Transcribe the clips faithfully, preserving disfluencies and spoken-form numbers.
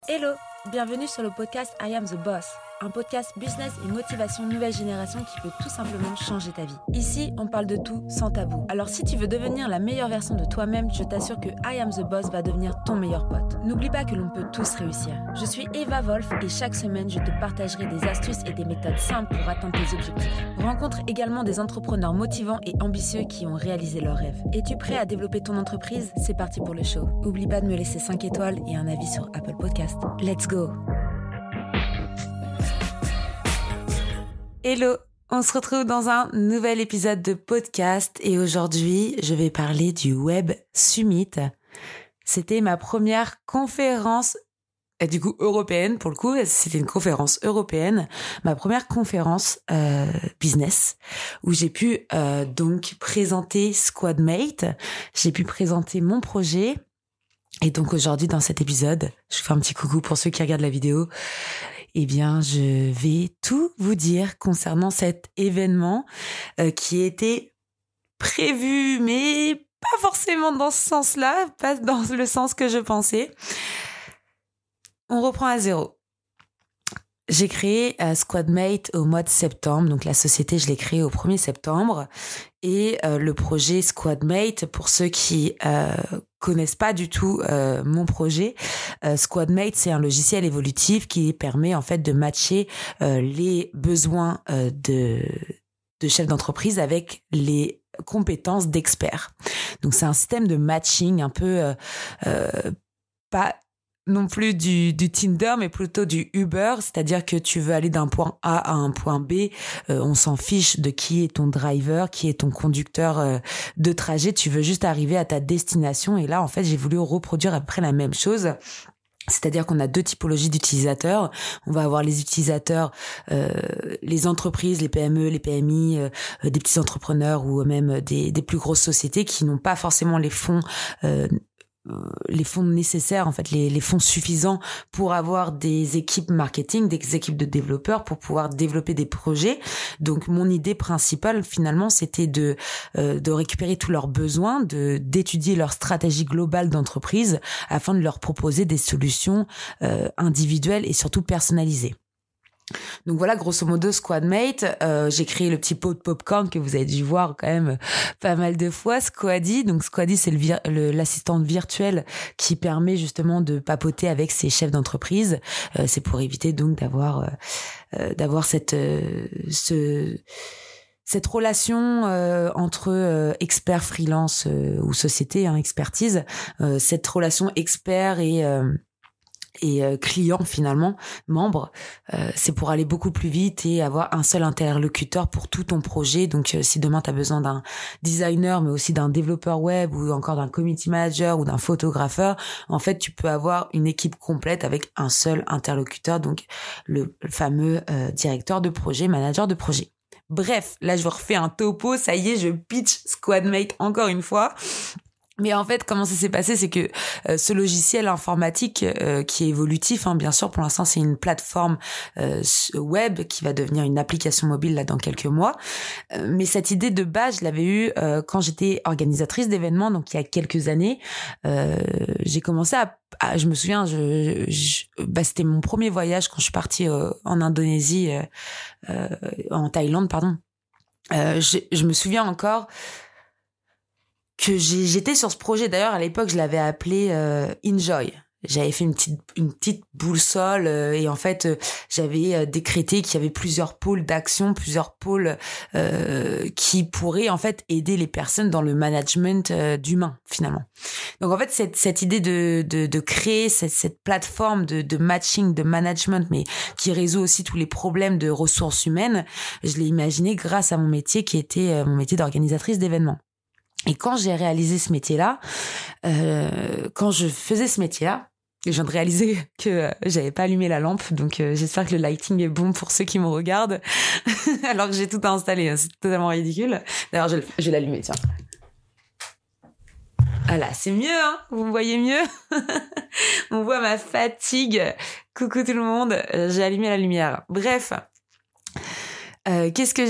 Hello, bienvenue sur le podcast I Am The Boss, un podcast business et motivation nouvelle génération qui peut tout simplement changer ta vie. Ici, on parle de tout sans tabou. Alors si tu veux devenir la meilleure version de toi-même, je t'assure que I Am The Boss va devenir ton meilleur pote. N'oublie pas que l'on peut tous réussir. Je suis Eva Wolf et chaque semaine, je te partagerai des astuces et des méthodes simples pour atteindre tes objectifs. Rencontre également des entrepreneurs motivants et ambitieux qui ont réalisé leurs rêves. Es-tu prêt à développer ton entreprise ? C'est parti pour le show. Oublie pas de me laisser cinq étoiles et un avis sur Apple Podcast. Let's go! Hello, on se retrouve dans un nouvel épisode de podcast et aujourd'hui, je vais parler du Web Summit. C'était ma première conférence, du coup européenne pour le coup, c'était une conférence européenne, ma première conférence euh, business où j'ai pu euh, donc présenter Squadmate, j'ai pu présenter mon projet. Et donc aujourd'hui dans cet épisode, je vous fais un petit coucou pour ceux qui regardent la vidéo. Eh bien, je vais tout vous dire concernant cet événement euh, qui était prévu, mais pas forcément dans ce sens-là, pas dans le sens que je pensais. On reprend à zéro. J'ai créé euh, Squadmate au mois de septembre, donc la société, je l'ai créée au premier septembre. Et euh, le projet Squadmate, pour ceux qui euh, connaissent pas du tout euh, mon projet, euh, Squadmate, c'est un logiciel évolutif qui permet en fait de matcher euh, les besoins euh, de, de chefs d'entreprise avec les compétences d'experts. Donc c'est un système de matching un peu euh, euh, pas non plus du, du Tinder, mais plutôt du Uber, c'est-à-dire que tu veux aller d'un point A à un point B, euh, on s'en fiche de qui est ton driver, qui est ton conducteur euh, de trajet, tu veux juste arriver à ta destination. Et là, en fait, j'ai voulu reproduire à peu près la même chose. C'est-à-dire qu'on a deux typologies d'utilisateurs. On va avoir les utilisateurs, euh, les entreprises, les P M E, les P M I, euh, des petits entrepreneurs ou même des, des plus grosses sociétés qui n'ont pas forcément les fonds euh, les fonds nécessaires, en fait, les, les fonds suffisants pour avoir des équipes marketing, des équipes de développeurs pour pouvoir développer des projets. Donc, mon idée principale, finalement, c'était de, euh, de récupérer tous leurs besoins, de, d'étudier leur stratégie globale d'entreprise afin de leur proposer des solutions euh, individuelles et surtout personnalisées. Donc voilà, grosso modo, Squadmate, euh, j'ai créé le petit pot de popcorn que vous avez dû voir quand même pas mal de fois, Squaddy. Donc Squaddy, c'est le, vir- le l'assistante virtuelle qui permet justement de papoter avec ses chefs d'entreprise. Euh, c'est pour éviter donc d'avoir euh, euh, d'avoir cette euh, ce cette relation euh, entre euh, expert freelance euh, ou société, hein, expertise, euh, cette relation expert et euh, et euh, client finalement, membre, euh, c'est pour aller beaucoup plus vite et avoir un seul interlocuteur pour tout ton projet. Donc euh, si demain tu as besoin d'un designer mais aussi d'un développeur web ou encore d'un community manager ou d'un photographeur, en fait tu peux avoir une équipe complète avec un seul interlocuteur, donc le, le fameux euh, directeur de projet, manager de projet. Bref, là je vous refais un topo, ça y est, je pitch Squadmate encore une fois. Mais en fait, comment ça s'est passé, c'est que euh, ce logiciel informatique euh, qui est évolutif, hein, bien sûr, pour l'instant, c'est une plateforme euh, web qui va devenir une application mobile là dans quelques mois. Euh, mais cette idée de base, je l'avais eue euh, quand j'étais organisatrice d'événements, donc il y a quelques années. Euh, j'ai commencé à, à, je me souviens, je, je, bah, c'était mon premier voyage quand je suis partie euh, en Indonésie, euh, euh, en Thaïlande, pardon. Euh, je, je me souviens encore que j'ai, j'étais sur ce projet. D'ailleurs, à l'époque, je l'avais appelé euh, Enjoy. J'avais fait une petite une petite boussole euh, et en fait, euh, j'avais euh, décrété qu'il y avait plusieurs pôles d'action, plusieurs pôles euh, qui pourraient en fait aider les personnes dans le management euh, d'humains finalement. Donc en fait, cette cette idée de de de créer cette cette plateforme de de matching, de management, mais qui résout aussi tous les problèmes de ressources humaines, je l'ai imaginé grâce à mon métier qui était euh, mon métier d'organisatrice d'événements. Et quand j'ai réalisé ce métier-là, euh, quand je faisais ce métier-là, je viens de réaliser que euh, j'avais pas allumé la lampe, donc euh, j'espère que le lighting est bon pour ceux qui me regardent, alors que j'ai tout installé, hein, c'est totalement ridicule. D'ailleurs, je, je vais l'allumer, tiens. Ah là, c'est mieux, hein, vous me voyez mieux. On voit ma fatigue. Coucou tout le monde, j'ai allumé la lumière. Bref, euh, qu'est-ce que je disais ?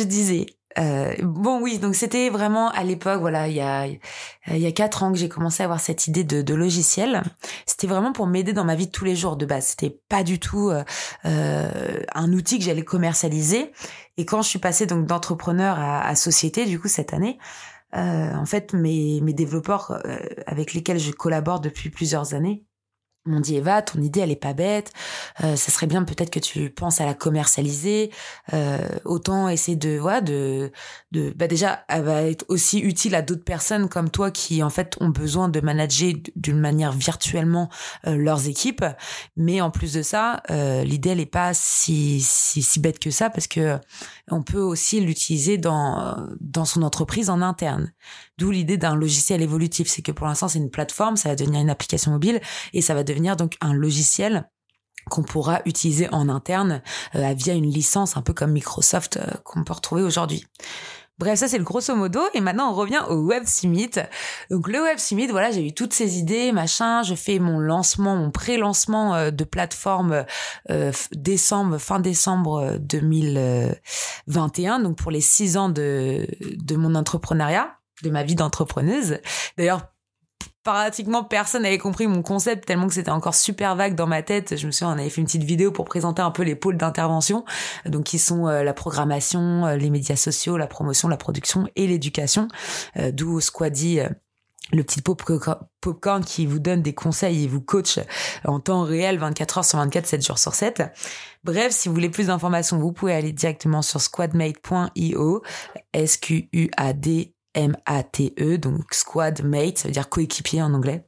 Euh, bon, oui, donc c'était vraiment à l'époque, voilà, il y a il y a quatre ans que j'ai commencé à avoir cette idée de, de logiciel. C'était vraiment pour m'aider dans ma vie de tous les jours de base. C'était pas du tout euh, euh, un outil que j'allais commercialiser. Et quand je suis passée donc d'entrepreneur à, à société, du coup cette année, euh, en fait mes mes développeurs euh, avec lesquels je collabore depuis plusieurs années m'ont dit Eva, ton idée elle est pas bête, euh, ça serait bien peut-être que tu penses à la commercialiser, euh, autant essayer de voilà de de bah déjà elle va être aussi utile à d'autres personnes comme toi qui en fait ont besoin de manager d'une manière virtuellement euh, leurs équipes, mais en plus de ça euh, l'idée elle est pas si si si bête que ça parce que on peut aussi l'utiliser dans dans son entreprise en interne. D'où l'idée d'un logiciel évolutif, c'est que pour l'instant c'est une plateforme, ça va devenir une application mobile et ça va devenir donc un logiciel qu'on pourra utiliser en interne euh, via une licence un peu comme Microsoft euh, qu'on peut retrouver aujourd'hui. Bref, ça c'est le grosso modo et maintenant on revient au Web Summit. Donc le Web Summit, voilà, j'ai eu toutes ces idées, machin, je fais mon lancement, mon pré-lancement euh, de plateforme euh, décembre, fin décembre deux mille vingt et un, donc pour les six ans de de mon entrepreneuriat, de ma vie d'entrepreneuse. D'ailleurs, pratiquement personne n'avait compris mon concept tellement que c'était encore super vague dans ma tête. Je me souviens, on avait fait une petite vidéo pour présenter un peu les pôles d'intervention, donc qui sont euh, la programmation, euh, les médias sociaux, la promotion, la production et l'éducation. Euh, d'où Squaddy, euh, le petit popcorn qui vous donne des conseils et vous coach en temps réel vingt-quatre heures sur vingt-quatre, sept jours sur sept. Bref, si vous voulez plus d'informations, vous pouvez aller directement sur squadmate point io, S Q U A D M A T E, donc Squadmate, ça veut dire coéquipier en anglais.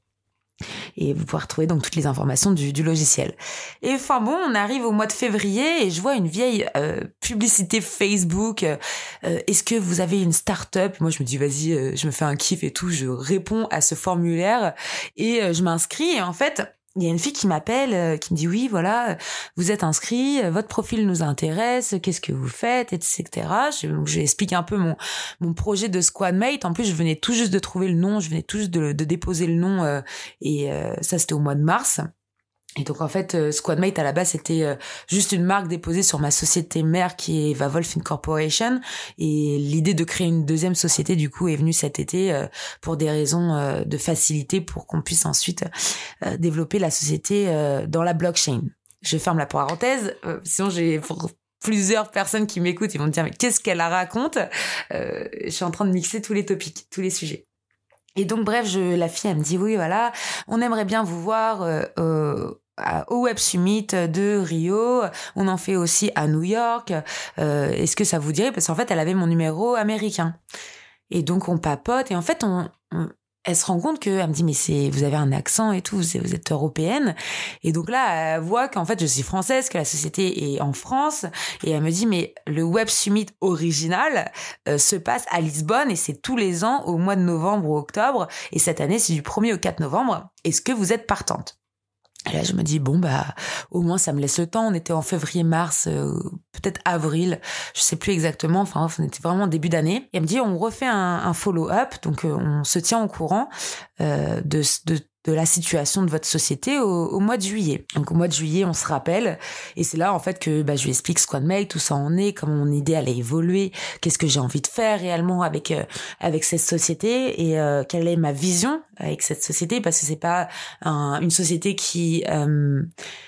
Et vous pouvez retrouver donc toutes les informations du, du logiciel. Et enfin bon, on arrive au mois de février et je vois une vieille euh, publicité Facebook. Euh, Est-ce que vous avez une start-up ? Moi, je me dis, vas-y, euh, je me fais un kiff et tout. Je réponds à ce formulaire et euh, je m'inscris. Et en fait, il y a une fille qui m'appelle, euh, qui me dit, oui, voilà, vous êtes inscrit, votre profil nous intéresse, qu'est-ce que vous faites, et cetera. Je, donc, j'explique un peu mon mon projet de Squadmate. En plus, je venais tout juste de trouver le nom, je venais tout juste de, de déposer le nom, euh, et euh, ça, c'était au mois de mars. Et donc en fait, euh, Squadmate à la base c'était euh, juste une marque déposée sur ma société mère qui est Vavolf Incorporation, et l'idée de créer une deuxième société du coup est venue cet été euh, pour des raisons euh, de facilité pour qu'on puisse ensuite euh, développer la société euh, dans la blockchain. Je ferme la parenthèse, euh, sinon j'ai pour plusieurs personnes qui m'écoutent, ils vont me dire mais qu'est-ce qu'elle la raconte. Euh, je suis en train de mixer tous les topics, tous les sujets. Et donc bref, je, la fille elle me dit oui voilà, on aimerait bien vous voir euh, euh, au Web Summit de Rio, on en fait aussi à New York, euh, est-ce que ça vous dirait ? Parce qu'en fait elle avait mon numéro américain. Et donc on papote et en fait on, on elle se rend compte que elle me dit mais c'est vous avez un accent et tout, vous êtes, vous êtes européenne. Et donc là elle voit qu'en fait je suis française, que la société est en France, et elle me dit mais le Web Summit original euh, se passe à Lisbonne et c'est tous les ans au mois de novembre ou octobre, et cette année c'est du premier au quatre novembre. Est-ce que vous êtes partante ? Et là, je me dis, bon, bah, au moins, ça me laisse le temps. On était en février, mars, euh, peut-être avril, je sais plus exactement. Enfin, on était vraiment début d'année. Et elle me dit, on refait un, un follow-up. Donc, euh, on se tient au courant euh, de, de, de la situation de votre société au, au mois de juillet. Donc, au mois de juillet, on se rappelle. Et c'est là, en fait, que bah, je lui explique Squadmate, tout ça en est, comment mon idée allait évoluer, qu'est-ce que j'ai envie de faire réellement avec euh, avec cette société et euh, quelle est ma vision avec cette société, parce que c'est pas un, une société qui euh,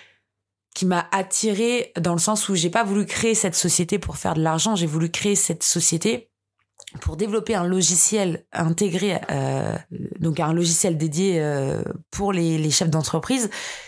qui m'a attirée dans le sens où j'ai pas voulu créer cette société pour faire de l'argent, j'ai voulu créer cette société pour développer un logiciel intégré, euh, donc un logiciel dédié euh, pour les, les chefs d'entreprise.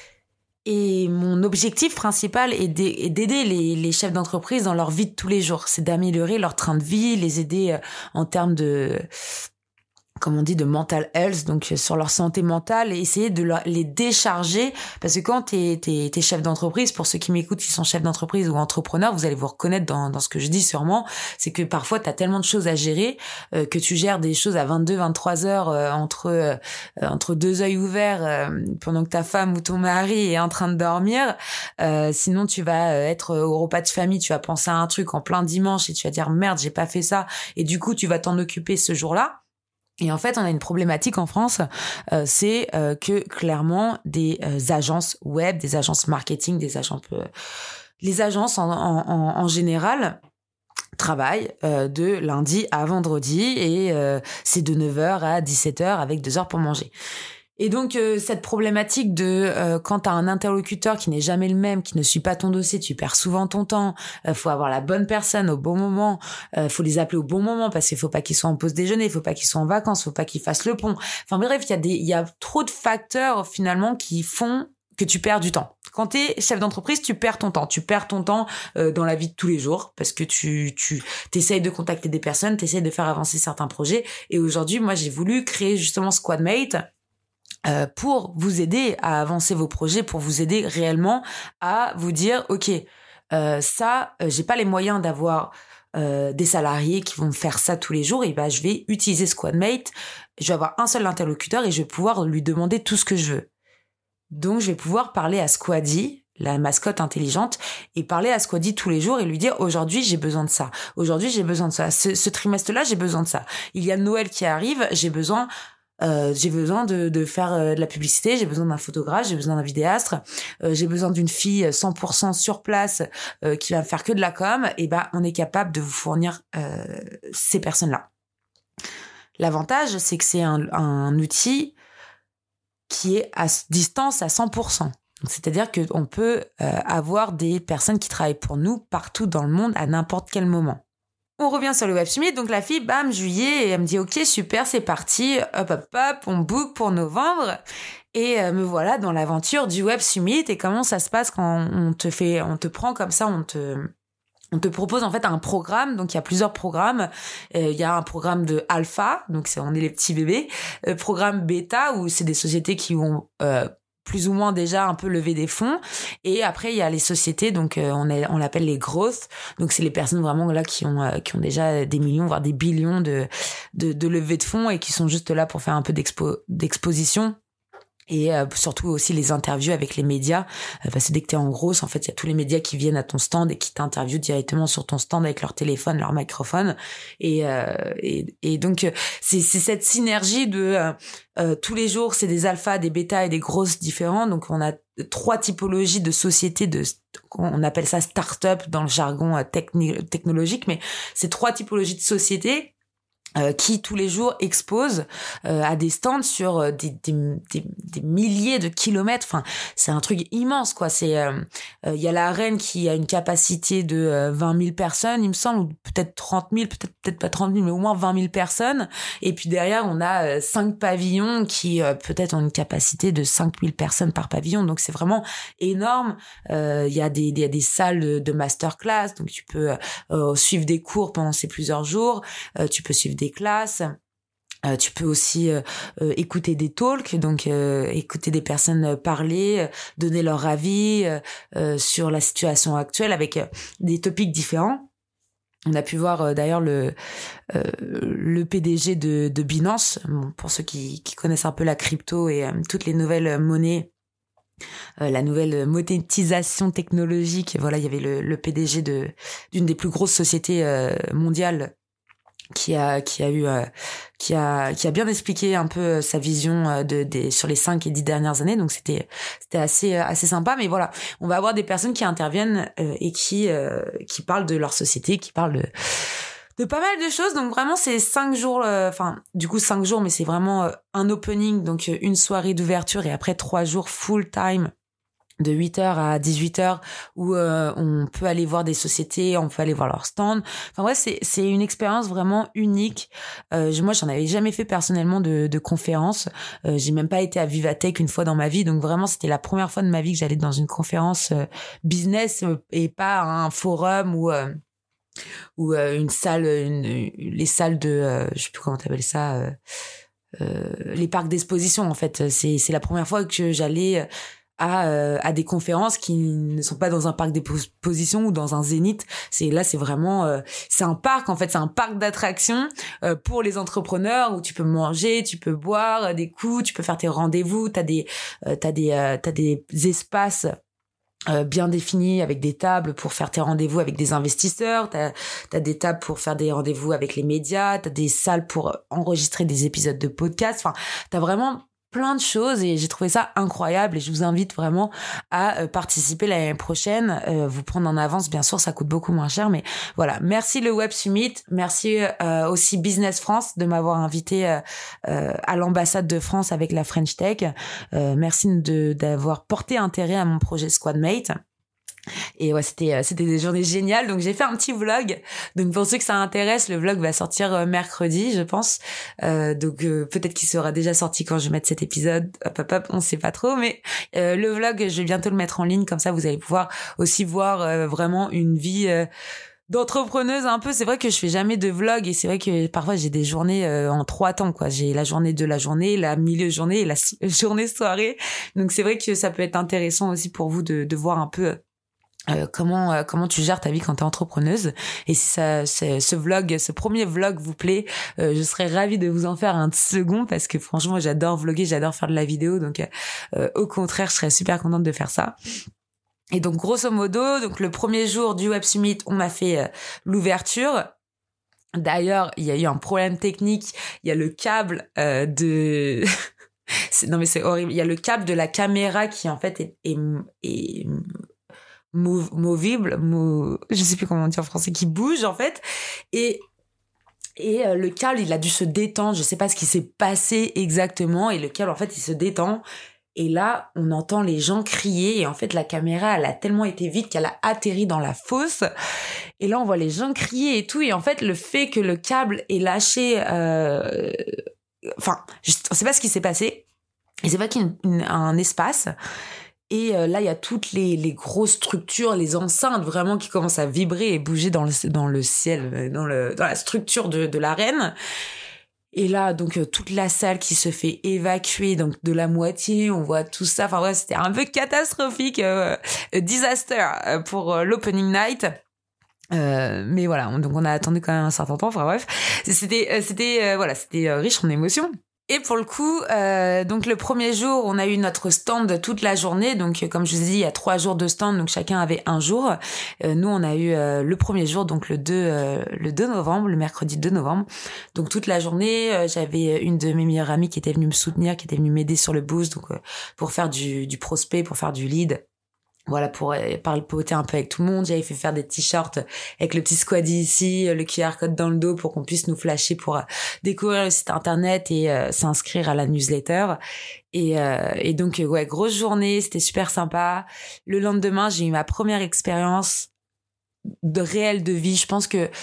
Et mon objectif principal est d'aider les, les chefs d'entreprise dans leur vie de tous les jours. C'est d'améliorer leur train de vie, les aider en termes de, comme on dit, de mental health, donc sur leur santé mentale, et essayer de leur, les décharger, parce que quand t'es, t'es, t'es chef d'entreprise, pour ceux qui m'écoutent, qui sont chefs d'entreprise ou entrepreneurs, vous allez vous reconnaître dans, dans ce que je dis sûrement, c'est que parfois t'as tellement de choses à gérer, euh, que tu gères des choses à vingt-deux, vingt-trois heures, euh, entre, euh, entre deux œils ouverts, euh, pendant que ta femme ou ton mari est en train de dormir, euh, sinon tu vas être au repas de famille, tu vas penser à un truc en plein dimanche et tu vas dire merde, j'ai pas fait ça, et du coup tu vas t'en occuper ce jour-là. Et en fait, on a une problématique en France, euh, c'est euh, que clairement des euh, agences web, des agences marketing, des agences, euh, les agences en, en, en général travaille euh, de lundi à vendredi et euh, c'est de neuf heures à dix-sept heures avec deux heures pour manger. Et donc, euh, cette problématique de euh, quand tu as un interlocuteur qui n'est jamais le même, qui ne suit pas ton dossier, tu perds souvent ton temps, euh, faut avoir la bonne personne au bon moment, euh, faut les appeler au bon moment parce qu'il faut pas qu'ils soient en pause déjeuner, il faut pas qu'ils soient en vacances, faut pas qu'ils fassent le pont. Enfin bref, il y a des, il y a trop de facteurs finalement qui font que tu perds du temps. Quand tu es chef d'entreprise, tu perds ton temps. Tu perds ton temps euh, dans la vie de tous les jours parce que tu tu t'essayes de contacter des personnes, t'essayes de faire avancer certains projets. Et aujourd'hui, moi, j'ai voulu créer justement Squadmate euh, pour vous aider à avancer vos projets, pour vous aider réellement à vous dire, ok, euh, ça, euh, j'ai pas les moyens d'avoir euh, des salariés qui vont faire ça tous les jours. Et ben, je vais utiliser Squadmate. Je vais avoir un seul interlocuteur et je vais pouvoir lui demander tout ce que je veux. Donc, je vais pouvoir parler à Squaddy, la mascotte intelligente, et parler à Squaddy tous les jours et lui dire, aujourd'hui, j'ai besoin de ça. Aujourd'hui, j'ai besoin de ça. Ce, ce trimestre-là, j'ai besoin de ça. Il y a Noël qui arrive, j'ai besoin, euh, j'ai besoin de, de faire euh, de la publicité, j'ai besoin d'un photographe, j'ai besoin d'un vidéastre, euh, j'ai besoin d'une fille cent pour cent sur place euh, qui va faire que de la com. Et ben, on est capable de vous fournir euh, ces personnes-là. L'avantage, c'est que c'est un, un outil qui est à distance à cent pour cent. Donc, c'est-à-dire qu'on peut euh, avoir des personnes qui travaillent pour nous partout dans le monde à n'importe quel moment. On revient sur le Web Summit, donc la fille, bam, juillet, et elle me dit, ok, super, c'est parti, hop, hop, hop, on book pour novembre. Et euh, me voilà dans l'aventure du Web Summit. Et comment ça se passe quand on te fait, on te prend comme ça, on te... On te propose en fait un programme, donc il y a plusieurs programmes. Euh, il y a un programme de alpha, donc c'est on est les petits bébés. Euh, programme bêta où c'est des sociétés qui ont euh, plus ou moins déjà un peu levé des fonds. Et après il y a les sociétés, donc euh, on est, on l'appelle les growth. Donc c'est les personnes vraiment là qui ont euh, qui ont déjà des millions voire des billions de de, de levée de fonds et qui sont juste là pour faire un peu d'expo, d'exposition. Et euh, surtout aussi les interviews avec les médias, euh, parce que dès que t'es en grosse, en fait, il y a tous les médias qui viennent à ton stand et qui t'interviewent directement sur ton stand avec leur téléphone, leur microphone. Et euh, et, et donc c'est c'est cette synergie de euh, euh, tous les jours, c'est des alphas, des bêtas et des grosses différents. Donc on a trois typologies de sociétés, de on appelle ça start-up dans le jargon euh, techni- technologique, mais c'est trois typologies de sociétés. Euh, qui tous les jours exposent euh, à des stands sur euh, des, des, des, des milliers de kilomètres. Enfin, c'est un truc immense, quoi. C'est, il euh, euh, y a l'arène qui a une capacité de euh, vingt mille personnes, il me semble, ou peut-être trente mille, peut-être peut-être pas trente mille, mais au moins vingt mille personnes. Et puis derrière, on a euh, cinq pavillons qui euh, peut-être ont une capacité de cinq mille personnes par pavillon. Donc c'est vraiment énorme. Il euh, y a des, des, des salles de, de masterclass, donc tu peux euh, suivre des cours pendant ces plusieurs jours. Euh, tu peux suivre des classes. Euh, tu peux aussi euh, euh, écouter des talks, donc euh, écouter des personnes parler, euh, donner leur avis euh, euh, sur la situation actuelle avec euh, des topics différents. On a pu voir euh, d'ailleurs le euh, le P D G de, de Binance, bon, pour ceux qui, qui connaissent un peu la crypto et euh, toutes les nouvelles monnaies. Euh, la nouvelle monétisation technologique. Voilà, il y avait le, le P D G de d'une des plus grosses sociétés euh, mondiales qui a qui a eu euh, qui a qui a bien expliqué un peu sa vision de des sur les cinq et dix dernières années. Donc c'était c'était assez assez sympa. Mais voilà, on va avoir des personnes qui interviennent euh, et qui euh, qui parlent de leur société, qui parlent de de pas mal de choses. Donc vraiment c'est cinq jours, enfin euh, du coup cinq jours, mais c'est vraiment euh, un opening, donc euh, une soirée d'ouverture et après trois jours full time de huit heures à dix-huit heures où euh, on peut aller voir des sociétés, on peut aller voir leur stand. Enfin ouais, c'est c'est une expérience vraiment unique. Euh, moi, j'en avais jamais fait personnellement de, de conférence. Euh, j'ai même pas été à Vivatech une fois dans ma vie, donc vraiment c'était la première fois de ma vie que j'allais dans une conférence euh, business euh, et pas un forum ou euh, ou euh, une salle, une, une, les salles de, euh, je sais plus comment t'appelles ça. Euh, euh, les parcs d'exposition en fait. C'est c'est la première fois que j'allais à euh, à des conférences qui ne sont pas dans un parc d'exposition ou dans un zénith. C'est là c'est vraiment euh, c'est un parc en fait, c'est un parc d'attractions euh, pour les entrepreneurs où tu peux manger, tu peux boire euh, des coups, tu peux faire tes rendez-vous, t'as des euh, t'as des euh, t'as des espaces Euh, bien définis avec des tables pour faire tes rendez-vous avec des investisseurs, t'as, t'as des tables pour faire des rendez-vous avec les médias, t'as des salles pour enregistrer des épisodes de podcast. Enfin, t'as vraiment plein de choses et j'ai trouvé ça incroyable et je vous invite vraiment à euh, participer l'année prochaine, euh, vous prendre en avance, bien sûr, ça coûte beaucoup moins cher, mais voilà. Merci le Web Summit, merci euh, aussi Business France de m'avoir invité euh, euh, à l'ambassade de France avec la French Tech. Euh, merci de d'avoir porté intérêt à mon projet Squadmate. Et ouais, c'était c'était des journées géniales. Donc j'ai fait un petit vlog. Donc pour ceux que ça intéresse, le vlog va sortir euh, mercredi, je pense. Euh, donc euh, peut-être qu'il sera déjà sorti quand je vais mettre cet épisode. Hop hop hop, on sait pas trop, mais euh, le vlog, je vais bientôt le mettre en ligne. Comme ça, vous allez pouvoir aussi voir euh, vraiment une vie euh, d'entrepreneuse un peu. C'est vrai que je fais jamais de vlog et c'est vrai que parfois j'ai des journées euh, en trois temps, quoi. J'ai la journée de la journée, la milieu journée et la so- journée soirée. Donc c'est vrai que ça peut être intéressant aussi pour vous de, de voir un peu Euh, comment euh, comment tu gères ta vie quand t'es entrepreneuse. Et si ça c'est, ce vlog ce premier vlog vous plaît, euh, je serais ravie de vous en faire un second parce que franchement j'adore vlogger, j'adore faire de la vidéo, donc euh, au contraire je serais super contente de faire ça. Et donc grosso modo, donc le premier jour du Web Summit, on a fait euh, l'ouverture. D'ailleurs il y a eu un problème technique, il y a le câble euh, de c'est, non mais c'est horrible, il y a le câble de la caméra qui en fait est, est, est Move, movible, move, je sais plus comment on dit en français, qui bouge en fait, et et euh, le câble il a dû se détendre, je sais pas ce qui s'est passé exactement, et le câble en fait il se détend, et là on entend les gens crier, et en fait la caméra elle a tellement été vite qu'elle a atterri dans la fosse, et là on voit les gens crier et tout, et en fait le fait que le câble ait lâché, euh... enfin je sais pas ce qui s'est passé, et c'est vrai qu'il y a une, une, un espace. Et euh, là, il y a toutes les, les grosses structures, les enceintes vraiment qui commencent à vibrer et bouger dans le, dans le ciel, dans, le, dans la structure de, de l'arène. Et là, donc, euh, toute la salle qui se fait évacuer, donc de la moitié, on voit tout ça. Enfin, ouais, c'était un peu catastrophique, euh, disaster euh, pour euh, l'opening night. Euh, mais voilà, on, donc on a attendu quand même un certain temps. Enfin bref, c'était, euh, c'était, euh, voilà, c'était euh, riche en émotions. Et pour le coup, euh, donc le premier jour, on a eu notre stand toute la journée. Donc, comme je vous ai dit, il y a trois jours de stand, donc chacun avait un jour. Euh, nous, on a eu euh, le premier jour, donc le deux, euh, le deux novembre, le mercredi deux novembre. Donc toute la journée, euh, j'avais une de mes meilleures amies qui était venue me soutenir, qui était venue m'aider sur le boost, donc euh, pour faire du, du prospect, pour faire du lead. Voilà, pour euh, parler un peu avec tout le monde. J'avais fait faire des t-shirts avec le petit squaddy ici, le Q R code dans le dos pour qu'on puisse nous flasher pour euh, découvrir le site internet et euh, s'inscrire à la newsletter. Et, euh, et donc, euh, ouais, grosse journée, c'était super sympa. Le lendemain, j'ai eu ma première expérience de réelle de vie. Je pense que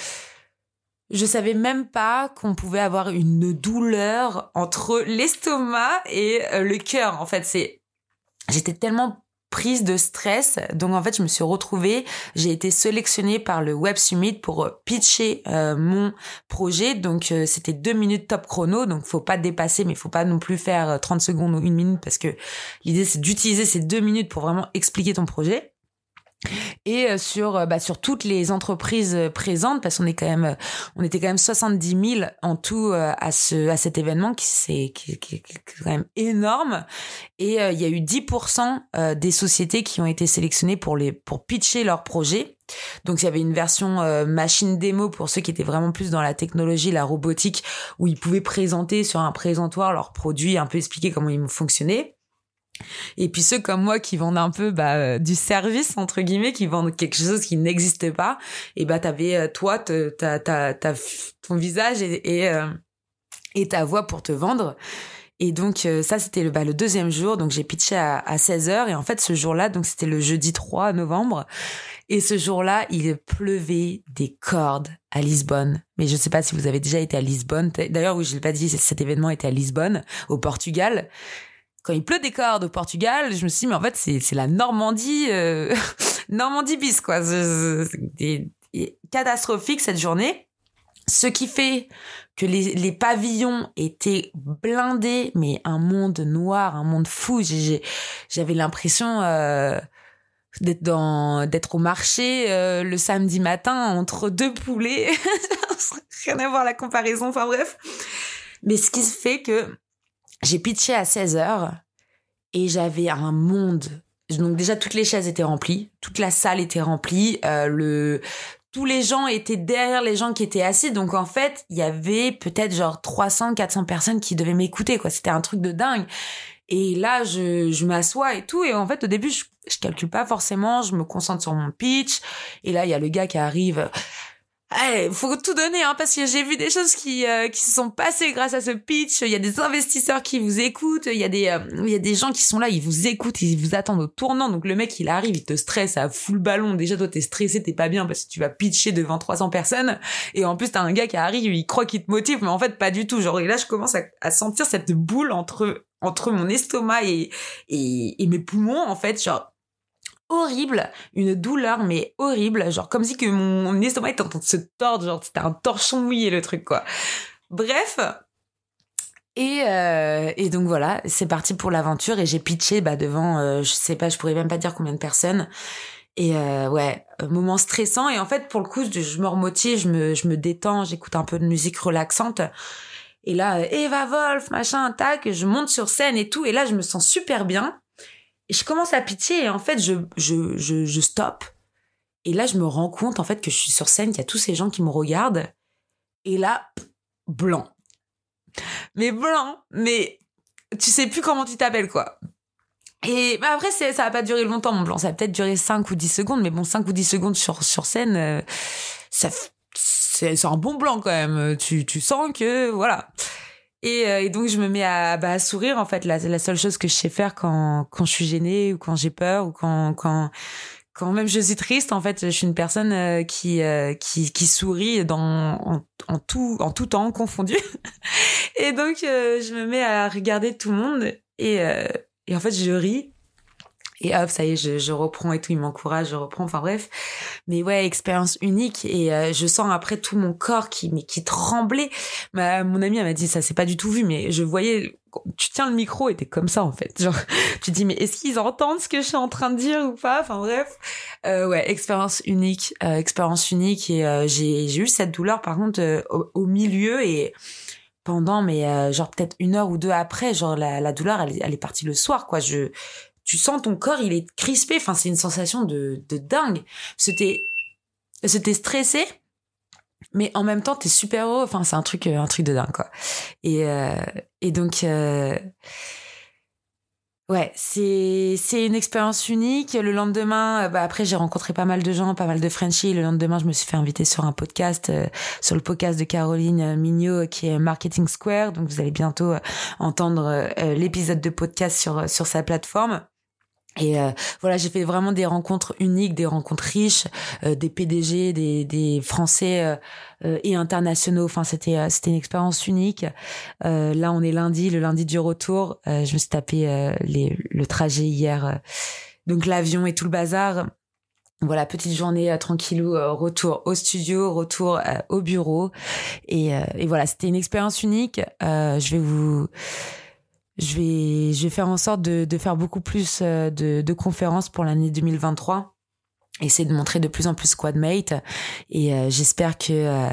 je savais même pas qu'on pouvait avoir une douleur entre l'estomac et euh, le cœur. En fait, c'est, j'étais tellement prise de stress. Donc, en fait, je me suis retrouvée, j'ai été sélectionnée par le Web Summit pour pitcher euh, mon projet. Donc, euh, c'était deux minutes top chrono. Donc, faut pas dépasser, mais faut pas non plus faire trente secondes ou une minute parce que l'idée, c'est d'utiliser ces deux minutes pour vraiment expliquer ton projet. Et sur bah sur toutes les entreprises présentes, parce qu'on est quand même on était quand même soixante-dix mille en tout à ce à cet événement qui c'est qui, qui, qui est quand même énorme. Et euh, il y a eu dix pour cent des sociétés qui ont été sélectionnées pour les pour pitcher leur projet. Donc il y avait une version euh, machine démo pour ceux qui étaient vraiment plus dans la technologie, la robotique, où ils pouvaient présenter sur un présentoir leurs produits, un peu expliquer comment ils fonctionnaient. Et puis ceux comme moi qui vendent un peu bah, euh, du service entre guillemets, qui vendent quelque chose qui n'existe pas, et bah t'avais euh, toi te, ta, ta, ta, ton visage et, et, euh, et ta voix pour te vendre. Et donc euh, ça c'était le, bah, le deuxième jour, donc j'ai pitché à, à seize heures, et en fait ce jour-là, donc c'était le jeudi trois novembre, et ce jour-là il pleuvait des cordes à Lisbonne. Mais je sais pas si vous avez déjà été à Lisbonne. D'ailleurs oui, je l'ai pas dit, cet événement était à Lisbonne, au Portugal. Quand il pleut des cordes au Portugal, je me suis dit, mais en fait, c'est, c'est la Normandie, euh, Normandie bis, quoi. C'était catastrophique cette journée. Ce qui fait que les, les pavillons étaient blindés, mais un monde noir, un monde fou. J'ai, j'avais l'impression euh, d'être dans, d'être au marché euh, le samedi matin entre deux poulets. Rien à voir la comparaison, enfin bref. Mais ce qui fait que j'ai pitché à seize heures et j'avais un monde. Donc déjà, toutes les chaises étaient remplies. Toute la salle était remplie. Euh, le, tous les gens étaient derrière les gens qui étaient assis. Donc, en fait, il y avait peut-être genre trois cents, quatre cents personnes qui devaient m'écouter, quoi. C'était un truc de dingue. Et là, je, je m'assois et tout. Et en fait, au début, je, je calcule pas forcément. Je me concentre sur mon pitch. Et là, il y a le gars qui arrive. Hey, faut tout donner, hein, parce que j'ai vu des choses qui euh, qui se sont passées grâce à ce pitch. Il y a des investisseurs qui vous écoutent, il y a des euh, il y a des gens qui sont là, ils vous écoutent, ils vous attendent au tournant. Donc le mec, il arrive, il te stresse à full ballon. Déjà toi, t'es stressé, t'es pas bien parce que tu vas pitcher devant trois cents personnes. Et en plus, t'as un gars qui arrive, il croit qu'il te motive, mais en fait pas du tout. Genre et là, je commence à, à sentir cette boule entre entre mon estomac et et, et mes poumons, en fait, genre. Horrible, une douleur mais horrible, genre comme si que mon estomac était en train de se tordre, genre c'était un torchon mouillé le truc quoi. Bref, et euh, et donc voilà, c'est parti pour l'aventure et j'ai pitché bah devant, euh, je sais pas, je pourrais même pas dire combien de personnes. Et euh, ouais, moment stressant et en fait pour le coup je, je me remotive, je me je me détends, j'écoute un peu de musique relaxante. Et là, Eva Wolf, machin, tac, je monte sur scène et tout et là je me sens super bien. Et je commence à pitcher et en fait, je, je, je, je stoppe. Et là, je me rends compte, en fait, que je suis sur scène, qu'il y a tous ces gens qui me regardent. Et là, blanc. Mais blanc, mais tu sais plus comment tu t'appelles, quoi. Et bah après, c'est, ça va pas durer longtemps, mon blanc. Ça va peut-être durer cinq ou dix secondes. Mais bon, cinq ou dix secondes sur, sur scène, euh, ça, c'est, c'est un bon blanc, quand même. Tu, tu sens que, voilà. Et, euh, et donc je me mets à, bah, à sourire en fait. La, la seule chose que je sais faire quand quand je suis gênée ou quand j'ai peur ou quand quand quand même je suis triste en fait. Je suis une personne euh, qui euh, qui qui sourit dans en, en tout en tout temps confondu. Et donc euh, je me mets à regarder tout le monde et euh, et en fait je ris. Et hop, ça y est, je, je reprends et tout, il m'encourage, je reprends, enfin bref. Mais ouais, expérience unique et euh, je sens après tout mon corps qui mais qui tremblait. Ma, mon amie, elle m'a dit, ça c'est pas du tout vu, mais je voyais, tu tiens le micro et t'es comme ça en fait. Genre, tu te dis, mais est-ce qu'ils entendent ce que je suis en train de dire ou pas? Enfin bref. Euh, ouais, expérience unique, euh, expérience unique et euh, j'ai, j'ai eu cette douleur par contre euh, au, au milieu et pendant, mais euh, genre peut-être une heure ou deux après, genre la, la douleur, elle, elle est partie le soir, quoi. Je Tu sens ton corps, il est crispé. Enfin, c'est une sensation de, de dingue. C'était, c'était stressé, mais en même temps, t'es super heureux. Enfin, c'est un truc, un truc de dingue, quoi. Et, euh, et donc, euh, ouais, c'est, c'est une expérience unique. Le lendemain, bah, après, j'ai rencontré pas mal de gens, pas mal de Frenchies. Le lendemain, je me suis fait inviter sur un podcast, euh, sur le podcast de Caroline Mignot, qui est Marketing Square. Donc, vous allez bientôt euh, entendre euh, l'épisode de podcast sur, sur sa plateforme. Et euh, voilà, j'ai fait vraiment des rencontres uniques, des rencontres riches, euh, des P D G, des, des Français euh, euh, et internationaux. Enfin, c'était euh, c'était une expérience unique. Euh, là, on est lundi, le lundi du retour. Euh, je me suis tapé euh, les, le trajet hier, euh, donc l'avion et tout le bazar. Voilà, petite journée euh, tranquillou, euh, retour au studio, retour euh, au bureau. Et, euh, et voilà, c'était une expérience unique. Euh, je vais vous Je vais, je vais faire en sorte de, de faire beaucoup plus de, de conférences pour l'année deux mille vingt-trois. Essayer de montrer de plus en plus Squadmate. Et euh, j'espère que, euh,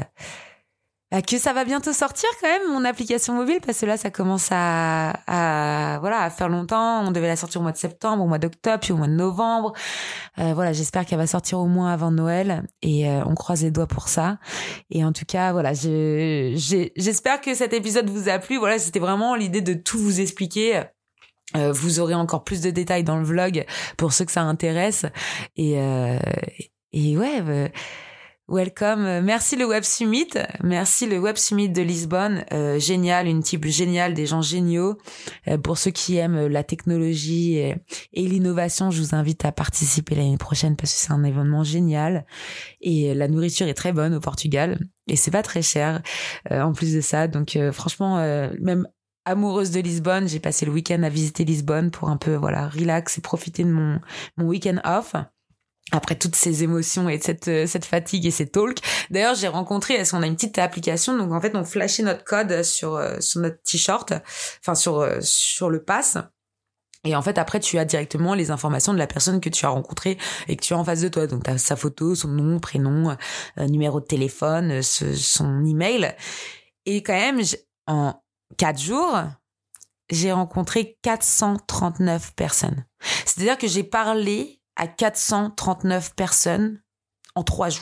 que ça va bientôt sortir quand même, mon application mobile, parce que là, ça commence à, à, voilà, à faire longtemps. On devait la sortir au mois de septembre, au mois d'octobre, puis au mois de novembre. Euh, voilà, j'espère qu'elle va sortir au moins avant Noël. Et euh, on croise les doigts pour ça. Et en tout cas, voilà, je, j'ai, j'espère que cet épisode vous a plu. Voilà, c'était vraiment l'idée de tout vous expliquer. Euh, vous aurez encore plus de détails dans le vlog pour ceux que ça intéresse. Et, euh, et ouais... Euh, welcome. Merci le Web Summit. Merci le Web Summit de Lisbonne. Euh, génial, une type géniale, des gens géniaux. Euh, pour ceux qui aiment la technologie et, et l'innovation, je vous invite à participer l'année prochaine parce que c'est un événement génial. Et la nourriture est très bonne au Portugal. Et c'est pas très cher euh, en plus de ça. Donc euh, franchement, euh, même amoureuse de Lisbonne, j'ai passé le week-end à visiter Lisbonne pour un peu voilà relax et profiter de mon, mon week-end off. Après toutes ces émotions et cette cette fatigue et ces talks. D'ailleurs, j'ai rencontré, parce qu'on a une petite application, donc en fait, on flashait notre code sur sur notre t-shirt, enfin sur sur le pass. Et en fait, après, tu as directement les informations de la personne que tu as rencontrée et que tu as en face de toi. Donc, tu as sa photo, son nom, prénom, euh, numéro de téléphone, ce, son email. Et quand même, en quatre jours, j'ai rencontré quatre cent trente-neuf personnes. C'est-à-dire que j'ai parlé à quatre cent trente-neuf personnes en trois jours.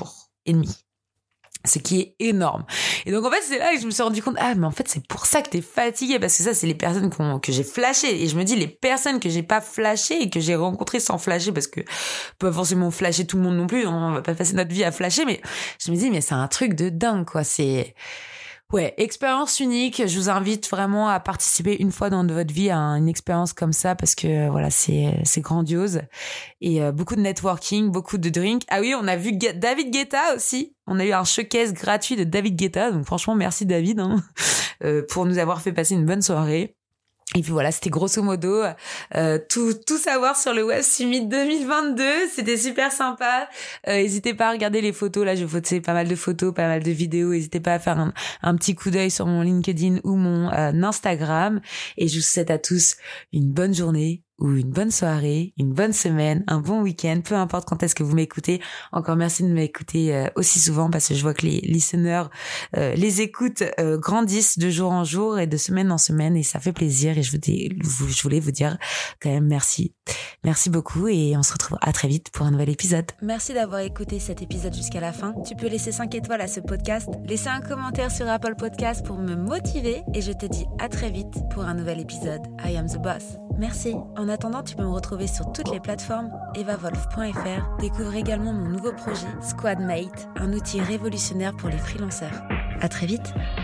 et demi. Ce qui est énorme. Et donc, en fait, c'est là que je me suis rendu compte, ah, mais en fait, c'est pour ça que t'es fatiguée, parce que ça, c'est les personnes qu'on, que j'ai flashées. Et je me dis, les personnes que j'ai pas flashées et que j'ai rencontrées sans flasher, parce que pas forcément flasher tout le monde non plus, on va pas passer notre vie à flasher, mais je me dis, mais c'est un truc de dingue, quoi. C'est, ouais, expérience unique. Je vous invite vraiment à participer une fois dans votre vie à une expérience comme ça, parce que voilà, c'est c'est grandiose. Et euh, beaucoup de networking, beaucoup de drinks. Ah oui, on a vu Ga- David Guetta aussi. On a eu un showcase gratuit de David Guetta, donc franchement merci David hein, euh, pour nous avoir fait passer une bonne soirée. Et puis voilà, c'était grosso modo euh, tout tout savoir sur le Web Summit deux mille vingt-deux. C'était super sympa. Euh, n'hésitez pas à regarder les photos. Là, je vous fais pas mal de photos, pas mal de vidéos. N'hésitez pas à faire un, un petit coup d'œil sur mon LinkedIn ou mon euh, Instagram. Et je vous souhaite à tous une bonne journée ou une bonne soirée, une bonne semaine, un bon week-end, peu importe quand est-ce que vous m'écoutez. Encore merci de m'écouter euh, aussi souvent parce que je vois que les listeners, euh, les écoutes euh, grandissent de jour en jour et de semaine en semaine et ça fait plaisir et je, vous dis, je voulais vous dire quand même merci. Merci beaucoup et on se retrouve à très vite pour un nouvel épisode. Merci d'avoir écouté cet épisode jusqu'à la fin. Tu peux laisser cinq étoiles à ce podcast, laisser un commentaire sur Apple Podcast pour me motiver et je te dis à très vite pour un nouvel épisode. I am the boss. Merci. En attendant, tu peux me retrouver sur toutes les plateformes eva wolf point f r. Découvre également mon nouveau projet Squadmate, un outil révolutionnaire pour les freelanceurs. À très vite.